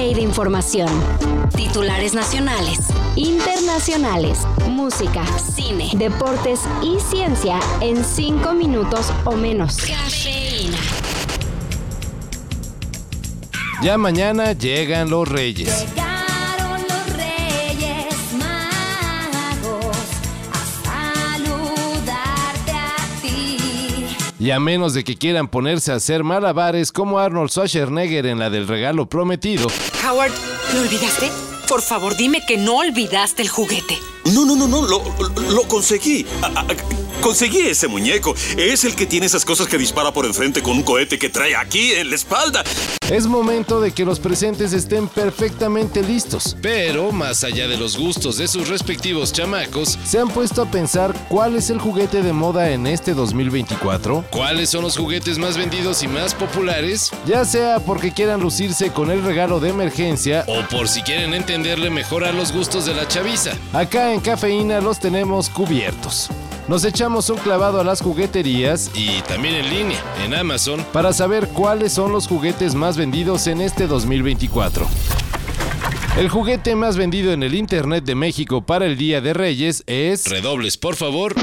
update de información. Titulares nacionales, internacionales, música, cine, deportes y ciencia en 5 minutos o menos. Cafeína. Ya mañana llegan los Reyes. Llegaron los Reyes Magos a saludarte a ti. Y a menos de que quieran ponerse a hacer malabares como Arnold Schwarzenegger en la del regalo prometido. Howard, ¿lo olvidaste? Por favor, dime que no olvidaste el juguete. No, lo conseguí. Conseguí ese muñeco. Es el que tiene esas cosas que dispara por enfrente con un cohete que trae aquí en la espalda. Es momento de que los presentes estén perfectamente listos. Pero, más allá de los gustos de sus respectivos chamacos, ¿se han puesto a pensar cuál es el juguete de moda en este 2024? ¿Cuáles son los juguetes más vendidos y más populares? Ya sea porque quieran lucirse con el regalo de emergencia o por si quieren entenderle mejor a los gustos de la chaviza. Acá en Cafeína los tenemos cubiertos. Nos echamos un clavado a las jugueterías y también en línea, en Amazon, para saber cuáles son los juguetes más vendidos en este 2024. El juguete más vendido en el Internet de México para el Día de Reyes es... Redobles, por favor.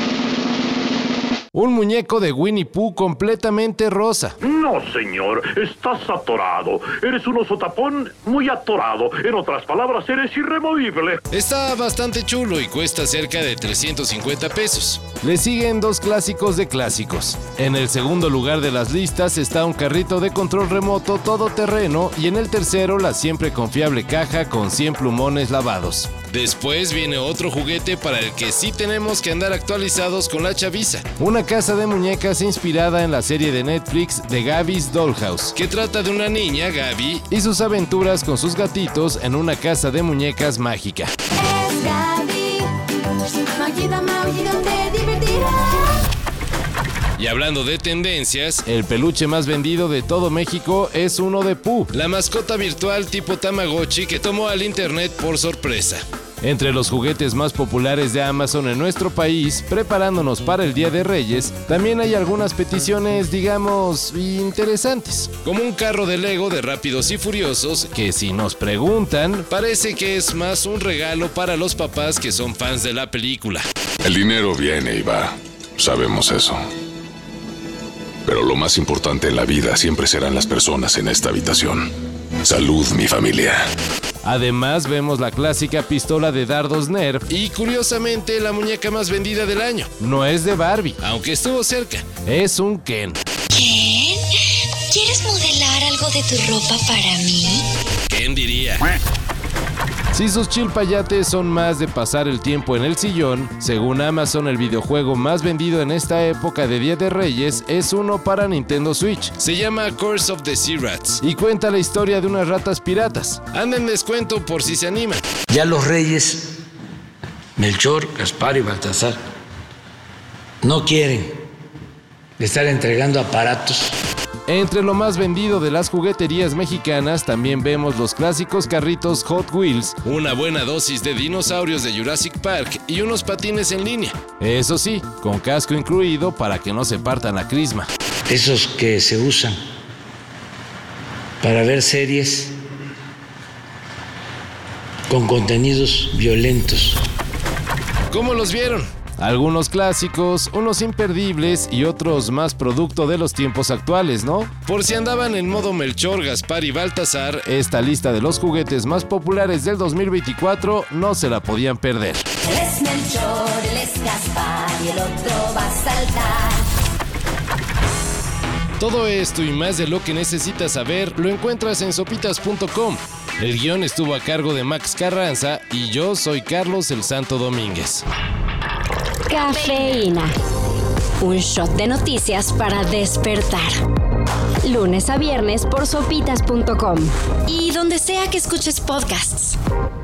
Un muñeco de Winnie Pooh completamente rosa. No, señor, estás atorado. Eres un oso tapón muy atorado. En otras palabras, eres irremovible. Está bastante chulo y cuesta cerca de 350 pesos. Le siguen dos clásicos de clásicos. En el segundo lugar de las listas está un carrito de control remoto todoterreno y en el tercero la siempre confiable caja con 100 plumones lavados. Después viene otro juguete para el que sí tenemos que andar actualizados con la chaviza. Una casa de muñecas inspirada en la serie de Netflix de Gabby's Dollhouse, que trata de una niña, Gaby, y sus aventuras con sus gatitos en una casa de muñecas mágica. Es Gaby, mágica, te divertirás. Y hablando de tendencias, el peluche más vendido de todo México es uno de Pooh, la mascota virtual tipo Tamagotchi que tomó al internet por sorpresa. Entre los juguetes más populares de Amazon en nuestro país, preparándonos para el Día de Reyes, también hay algunas peticiones, digamos, interesantes. Como un carro de Lego de Rápidos y Furiosos, que si nos preguntan, parece que es más un regalo para los papás que son fans de la película. El dinero viene y va, sabemos eso. Pero lo más importante en la vida siempre serán las personas en esta habitación. Salud, mi familia. Además vemos la clásica pistola de dardos Nerf y curiosamente la muñeca más vendida del año. No es de Barbie, aunque estuvo cerca. Es un Ken. ¿Ken? ¿Quieres modelar algo de tu ropa para mí? ¿Quién diría? Si sus chilpayates son más de pasar el tiempo en el sillón, según Amazon el videojuego más vendido en esta época de Día de Reyes es uno para Nintendo Switch. Se llama Curse of the Sea Rats y cuenta la historia de unas ratas piratas. Anda en descuento por si se animan. Ya los reyes, Melchor, Gaspar y Baltasar, no quieren estar entregando aparatos. Entre lo más vendido de las jugueterías mexicanas también vemos los clásicos carritos Hot Wheels, una buena dosis de dinosaurios de Jurassic Park y unos patines en línea. Eso sí, con casco incluido para que no se partan la crisma. Esos que se usan para ver series con contenidos violentos. ¿Cómo los vieron? Algunos clásicos, unos imperdibles y otros más producto de los tiempos actuales, ¿no? Por si andaban en modo Melchor, Gaspar y Baltasar, esta lista de los juguetes más populares del 2024 no se la podían perder. Él es Melchor, él es Gaspar y el otro va a saltar. Todo esto y más de lo que necesitas saber lo encuentras en sopitas.com. El guión estuvo a cargo de Max Carranza y yo soy Carlos el Santo Domínguez. Cafeína. Un shot de noticias para despertar. Lunes a viernes por sopitas.com. Y donde sea que escuches podcasts.